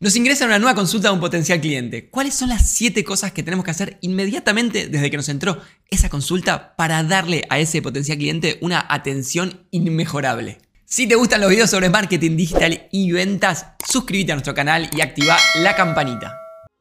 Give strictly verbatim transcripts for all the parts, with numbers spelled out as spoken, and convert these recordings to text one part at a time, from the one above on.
Nos ingresa una nueva consulta de un potencial cliente. ¿Cuáles son las siete cosas que tenemos que hacer inmediatamente desde que nos entró esa consulta para darle a ese potencial cliente una atención inmejorable? Si te gustan los videos sobre marketing digital y ventas, suscríbete a nuestro canal y activa la campanita.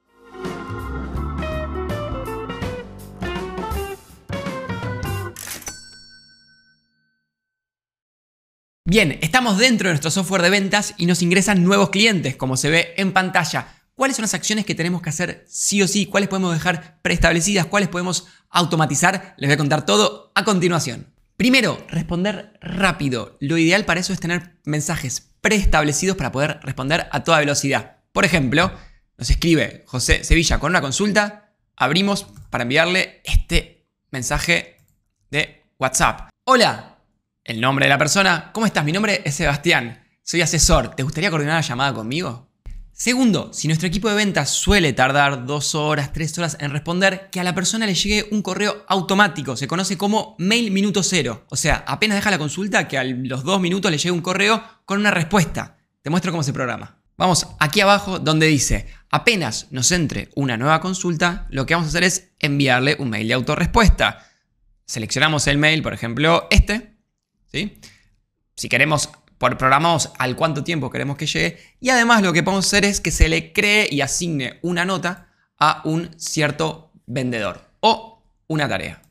Bien, estamos dentro de nuestro software de ventas y nos ingresan nuevos clientes, como se ve en pantalla. ¿Cuáles son las acciones que tenemos que hacer sí o sí? ¿Cuáles podemos dejar preestablecidas? ¿Cuáles podemos automatizar? Les voy a contar todo a continuación. Primero, responder rápido. Lo ideal para eso es tener mensajes preestablecidos para poder responder a toda velocidad. Por ejemplo, nos escribe José Sevilla con una consulta. Abrimos para enviarle este mensaje de WhatsApp. Hola. El nombre de la persona. ¿Cómo estás? Mi nombre es Sebastián. Soy asesor. ¿Te gustaría coordinar la llamada conmigo? Segundo, si nuestro equipo de ventas suele tardar dos horas, tres horas en responder, que a la persona le llegue un correo automático. Se conoce como mail minuto cero. O sea, apenas deja la consulta, que a los dos minutos le llegue un correo con una respuesta. Te muestro cómo se programa. Vamos aquí abajo donde dice, apenas nos entre una nueva consulta, lo que vamos a hacer es enviarle un mail de autorrespuesta. Seleccionamos el mail, por ejemplo, este. ¿Sí? Si queremos, por programamos al cuánto tiempo queremos que llegue. Y además lo que podemos hacer es que se le cree y asigne una nota a un cierto vendedor o una tarea.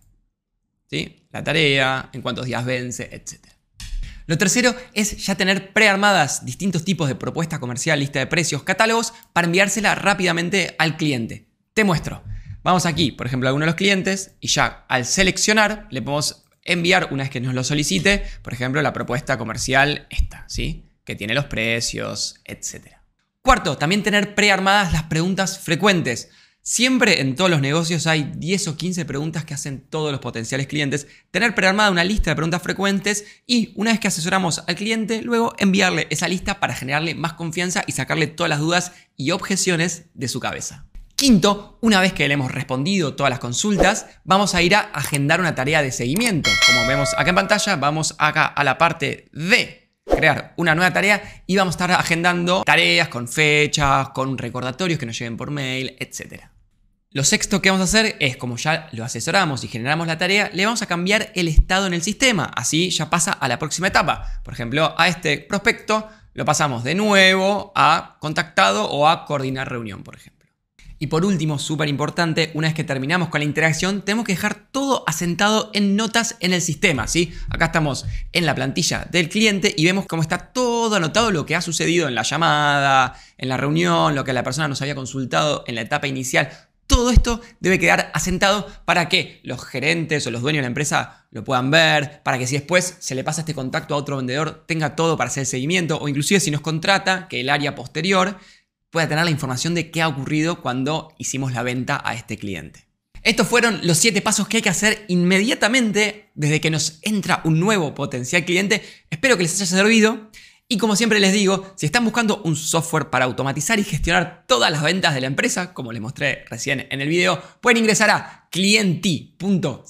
¿Sí? La tarea, en cuántos días vence, etcétera. Lo tercero es ya tener prearmadas distintos tipos de propuesta comercial, lista de precios, catálogos para enviársela rápidamente al cliente. Te muestro. Vamos aquí, por ejemplo, a alguno de los clientes y ya al seleccionar le podemos enviar una vez que nos lo solicite, por ejemplo, la propuesta comercial esta, ¿sí? Que tiene los precios, etcétera. Cuarto, también tener prearmadas las preguntas frecuentes. Siempre en todos los negocios hay diez o quince preguntas que hacen todos los potenciales clientes. Tener prearmada una lista de preguntas frecuentes y una vez que asesoramos al cliente, luego enviarle esa lista para generarle más confianza y sacarle todas las dudas y objeciones de su cabeza. Quinto, una vez que le hemos respondido todas las consultas, vamos a ir a agendar una tarea de seguimiento. Como vemos acá en pantalla, vamos acá a la parte de crear una nueva tarea y vamos a estar agendando tareas con fechas, con recordatorios que nos lleguen por mail, etcétera. Lo sexto que vamos a hacer es, como ya lo asesoramos y generamos la tarea, le vamos a cambiar el estado en el sistema. Así ya pasa a la próxima etapa. Por ejemplo, a este prospecto lo pasamos de nuevo a contactado o a coordinar reunión, por ejemplo. Y por último, súper importante, una vez que terminamos con la interacción, tenemos que dejar todo asentado en notas en el sistema, ¿sí? Acá estamos en la plantilla del cliente y vemos cómo está todo anotado lo que ha sucedido en la llamada, en la reunión, lo que la persona nos había consultado en la etapa inicial. Todo esto debe quedar asentado para que los gerentes o los dueños de la empresa lo puedan ver, para que si después se le pasa este contacto a otro vendedor, tenga todo para hacer el seguimiento, o inclusive si nos contrata, que el área posterior pueda tener la información de qué ha ocurrido cuando hicimos la venta a este cliente. Estos fueron los siete pasos que hay que hacer inmediatamente desde que nos entra un nuevo potencial cliente. Espero que les haya servido. Y como siempre les digo, si están buscando un software para automatizar y gestionar todas las ventas de la empresa, como les mostré recién en el video, pueden ingresar a clienti punto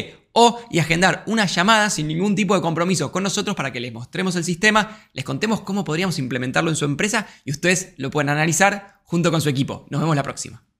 co y agendar una llamada sin ningún tipo de compromiso con nosotros para que les mostremos el sistema, les contemos cómo podríamos implementarlo en su empresa y ustedes lo pueden analizar junto con su equipo. Nos vemos la próxima.